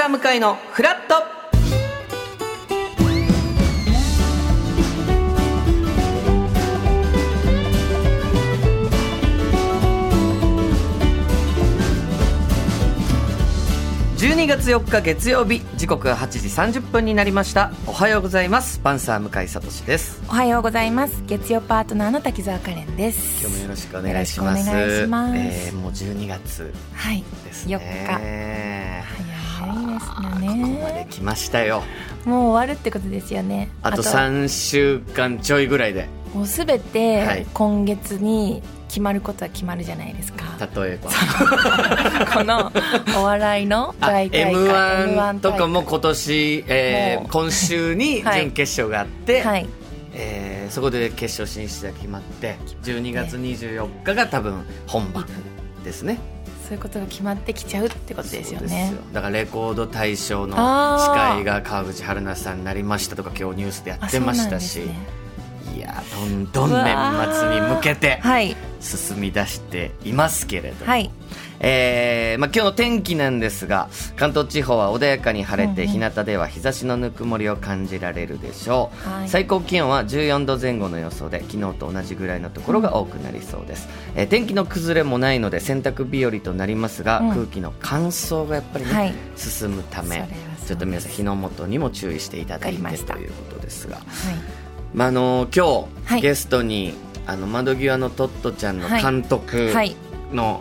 ー向井のフラット。12月4日月曜日、時刻は8時30分になりました。おはようございます。パンサー向井聡です。 おはようございます。月曜パートナーの滝沢カレンです。 今日もよろしくお願いします。 よろしくお願いします。 もう12月ですね。 4日早いですね。 ここまで来ましたよ。 もう終わるってことですよね。 あと3週間ちょいぐらいでもうすべて今月に決まることは決まるじゃないですか。 例えばこのお笑いの大会 M1 とかも今年、今週に準決勝があって、はい、そこで決勝進出が決まって12月24日が多分本番ですね。 そういうことが決まってきちゃうってことですよね。 だからレコード大賞の司会が川口春奈さんになりましたとか今日ニュースでやってましたし、いやどんどん年末に向けて進み出していますけれども、はい、今日の天気なんですが、関東地方は穏やかに晴れて、日向では日差しのぬくもりを感じられるでしょう、はい、最高気温は14度前後の予想で昨日と同じぐらいのところが多くなりそうです、天気の崩れもないので洗濯日和となりますが、空気の乾燥がやっぱりね、はい、進むためちょっと皆さん火の元にも注意していただいてということですが、はい、今日、はい、ゲストに窓際のトットちゃんの監督の、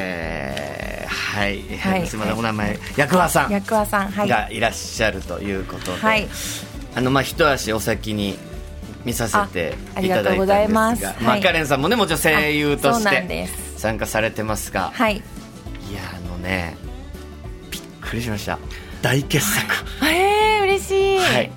すみません、お名前薬和さんがいらっしゃるということで、はい、一足お先に見させていただいたんですが、カレンさんもねもちろん声優として参加されてますが、はい、いやびっくりしました。大傑作、 嬉しい、 はい、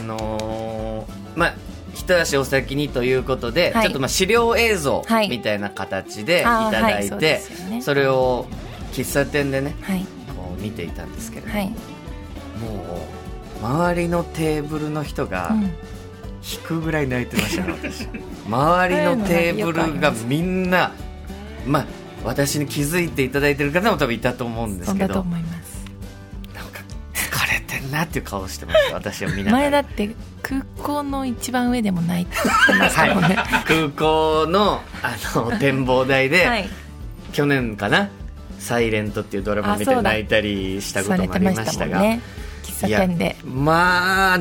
一足お先にということで、はい、ちょっと資料映像みたいな形でいただいて、それを喫茶店でね、はい、こう見ていたんですけれども、はい、もう周りのテーブルの人が引くぐらい泣いてましたね、私周りのテーブルがみんな、私に気づいていただいている方も多分いたと思うんですけど、 そうだと思います。 なんか疲れてんなっていう顔してました私は見ながら。 前だって空港の一番上でも泣いてましたもんね、 はい、空港の展望台で、はい、去年かなサイレントっていうドラマ見て泣いたりしたこともありましたが、 ね、喫茶店ではい、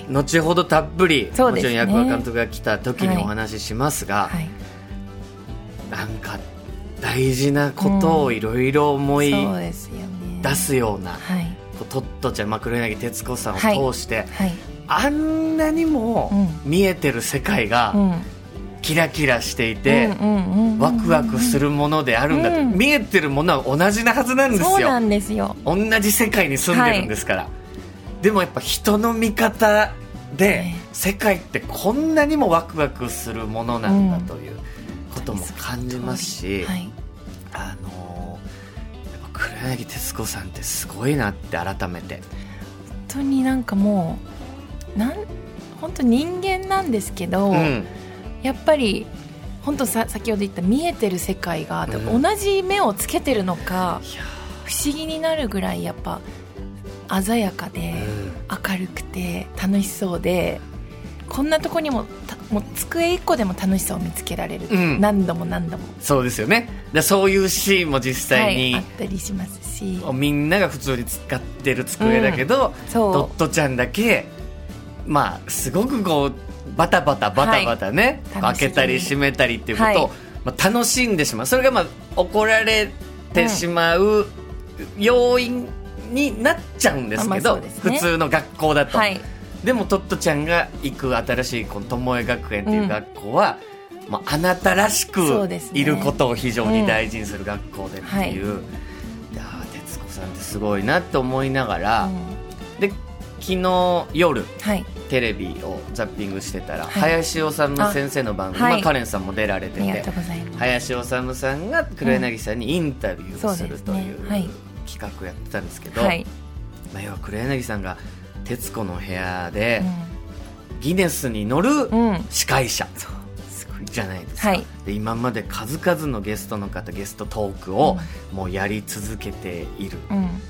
後ほどたっぷり、もちろん薬和監督が来た時にお話ししますが、はい、なんか大事なことをいろいろ思い出すような、トットちゃん、黒柳徹子さんを通して、あんなにも見えてる世界がキラキラしていてワクワクするものであるんだと、見えてるものは同じなはずなんですよ。 そうなんですよ。 同じ世界に住んでるんですから、でもやっぱ人の見方で世界ってこんなにもワクワクするものなんだということも感じますし、やっぱ黒柳徹子さんってすごいなって改めて。 本当になんかもう本当人間なんですけど、やっぱり本当先ほど言った見えてる世界が、同じ目をつけてるのか不思議になるぐらいやっぱ鮮やかで、明るくて楽しそうで、こんなとこにもう机一個でも楽しさを見つけられる、何度もそうですよね。そういうシーンも実際に、 あったりしますし、 みんなが普通に使ってる机だけど、トットちゃんだけすごくこうバタバタね、開けたり閉めたりっていうことを、楽しんでしまう。それが怒られてしまう要因になっちゃうんですけど、普通の学校だと、でもトットちゃんが行く新しい巴学園っていう学校は、あなたらしくいることを非常に大事にする学校でっていう、徹子さんってすごいなって思いながら、で昨日夜、テレビをザッピングしてたら、林修先生の番組、カレンさんも出られてて、林修さんが黒柳さんにインタビューをするという企画をやってたんですけど、要は黒柳さんが徹子の部屋でギネスに乗る司会者じゃないですか、で今まで数々のゲストの方、ゲストトークをもうやり続けている、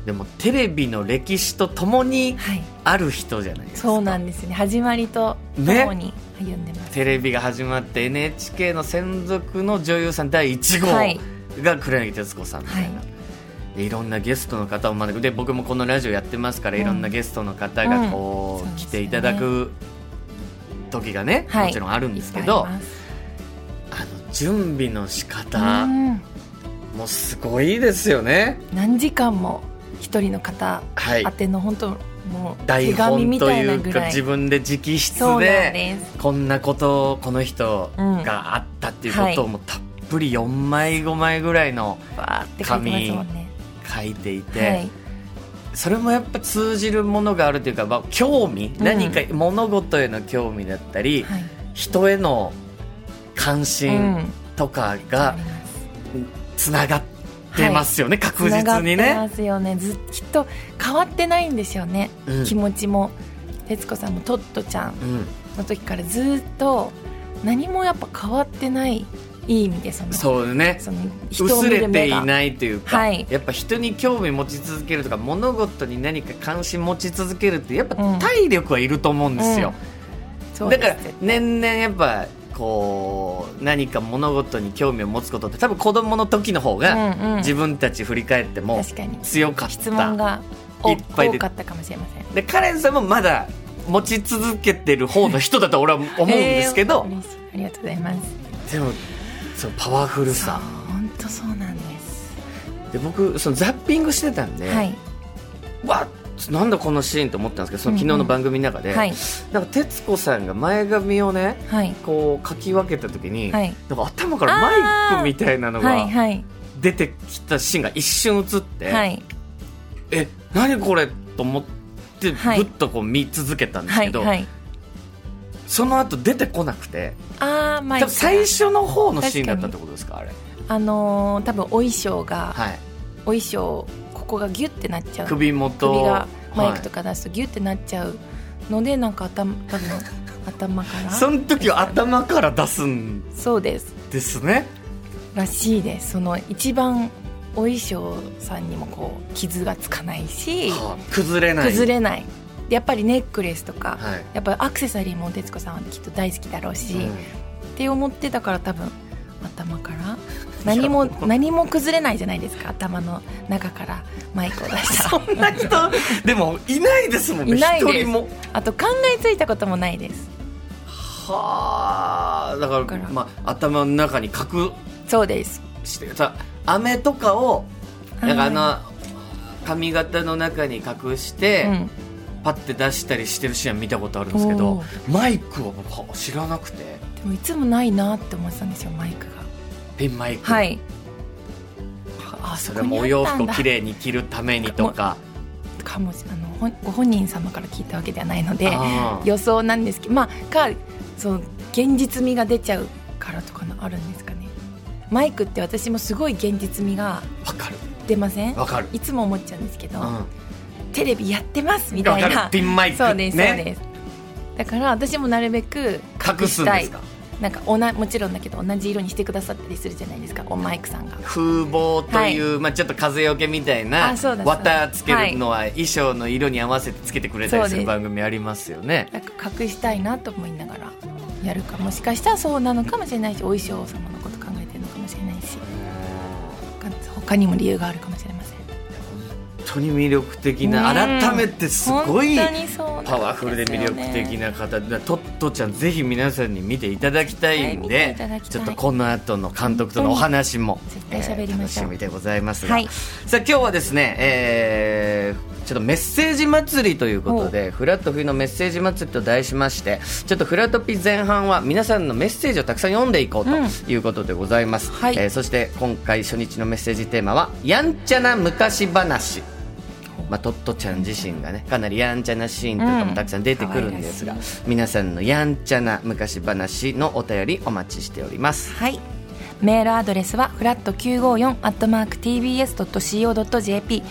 でもテレビの歴史とともにある人じゃないですか、 そうなんですよね。始まりとともに歩んでます、 テレビが始まって NHK の専属の女優さん第1号が黒柳徹子さんみたいな、でいろんなゲストの方を招くで、僕もこのラジオやってますから、いろんなゲストの方がこう、来ていただく時がね、もちろんあるんですけど、準備の仕方、もうすごいですよね。 何時間も一人の方宛ての本当もう台本というか自分で直筆でこんなことこの人があったっていうことをもうたっぷり4枚5枚ぐらいの紙書いていて、それもやっぱ通じるものがあるというか、興味、何か物事への興味だったり、人への関心とかがつながってますよね、確実にね。つながってますよね。きっと変わってないんですよね、気持ちも。徹子さんもトットちゃんの時からずっと何もやっぱ変わってない、いい意味でそうね、薄れていないというか、やっぱ人に興味持ち続けるとか物事に何か関心持ち続けるってやっぱ体力はいると思うんですよ、だから年々やっぱこう何か物事に興味を持つことって多分子供の時の方が自分たち振り返っても強かった、 質問が多かったかもしれません。 でカレンさんもまだ持ち続けてる方の人だと俺は思うんですけど、 ありがとうございます。 でもそのパワフルさ、 本当そうなんです。 で僕そのザッピングしてたんで、わっなんだこのシーンと思ったんですけど、その昨日の番組の中で、なんか徹子さんが前髪をね、こうかき分けた時に、なんか頭からマイクみたいなのが出てきたシーンが一瞬映って、何これと思ってぐっとこう見続けたんですけど、その後出てこなくて、多分最初の方のシーンだったってことですか、あれ。 多分お衣装が、お衣装ここがギュッてなっちゃう、 首がマイクとか出すとギュッてなっちゃうので、なんか多分頭からその時は頭から出すんそうですですねらしいです。その一番お衣装さんにもこう傷がつかないし、 崩れないやっぱりネックレスとか、やっぱりアクセサリーも徹子さんはきっと大好きだろうし、って思ってたから多分頭から何も崩れないじゃないですか、頭の中からマイクを出したらそんな人でもいないですもんね、一人も。 あと考えついたこともないです。 だから、頭の中に隠そうですしてさ、飴とかをなんか髪型の中に隠して、パッて出したりしてるシーン見たことあるんですけど、マイクを僕知らなくて。 でもいつもないなって思ってたんですよ、マイクが。 ピンマイク、それもお洋服をきれいに着るためにとかもご本人様から聞いたわけではないので予想なんですけど、そう現実味が出ちゃうからとかあるんですかね。マイクって私もすごい現実味が出ません？いつも思っちゃうんですけど、テレビやってますみたいな。 ピンマイク、 そうです、そうです。だから私もなるべく隠すんですか？ なんかもちろんだけど同じ色にしてくださったりするじゃないですか、マイクさんが。風防という、ちょっと風よけみたいな綿つけるのは衣装の色に合わせてつけてくれたりする番組ありますよね。 なんか隠したいなと思いながらやるか、もしかしたらそうなのかもしれないし、お衣装様のこと考えてるのかもしれないし、他にも理由があるかもしれません。 本当に魅力的な、改めてすごいパワフルで魅力的な方で、トットちゃんぜひ皆さんに見ていただきたいんで、ちょっとこの後の監督とのお話も楽しみでございますが、さあ今日はですね、ちょっとメッセージ祭りということで、フラット冬のメッセージ祭りと題しまして、ちょっとフラトピ前半は皆さんのメッセージをたくさん読んでいこうということでございます、そして今回初日のメッセージテーマはやんちゃな昔話。トットちゃん自身がね、かなりやんちゃなシーンとかもたくさん出てくるんですが、皆さんのやんちゃな昔話のお便りお待ちしております。 メールアドレスはflat954@tbs.co.jp、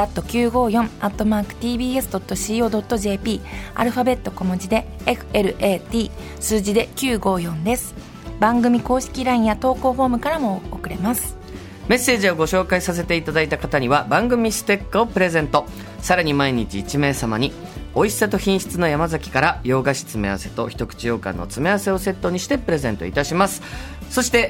flat954@tbs.co.jp、 アルファベット小文字で FLAT 数字で954です。番組公式 LINE や投稿フォームからも送れます。 メッセージをご紹介させていただいた方には番組ステッカーをプレゼント。さらに毎日1名様に美味しさと品質の山崎から洋菓子詰め合わせと一口羊羹の詰め合わせをセットにしてプレゼントいたします。そして、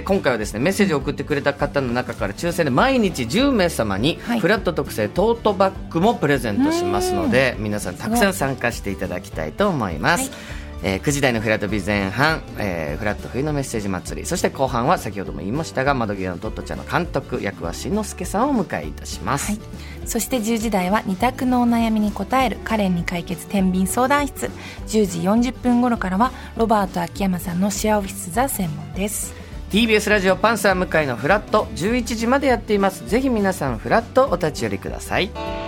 今回はですね、メッセージを送ってくれた方の中から抽選で毎日10名様にフラット特製トートバッグもプレゼントしますので、皆さんたくさん参加していただきたいと思います。9時台のフラットビ前半、フラット冬のメッセージ祭り、そして後半は先ほども言いましたが窓際のトットちゃんの監督役はしんのすけさんをお迎えいたします、 そして10時台は2択のお悩みに答えるカレンに解決天秤相談室。10時40分頃からはロバート秋山さんのシェアオフィスザ専門です。 TBS ラジオパンサー向井のフラット11時までやっています。ぜひ皆さんフラットお立ち寄りください。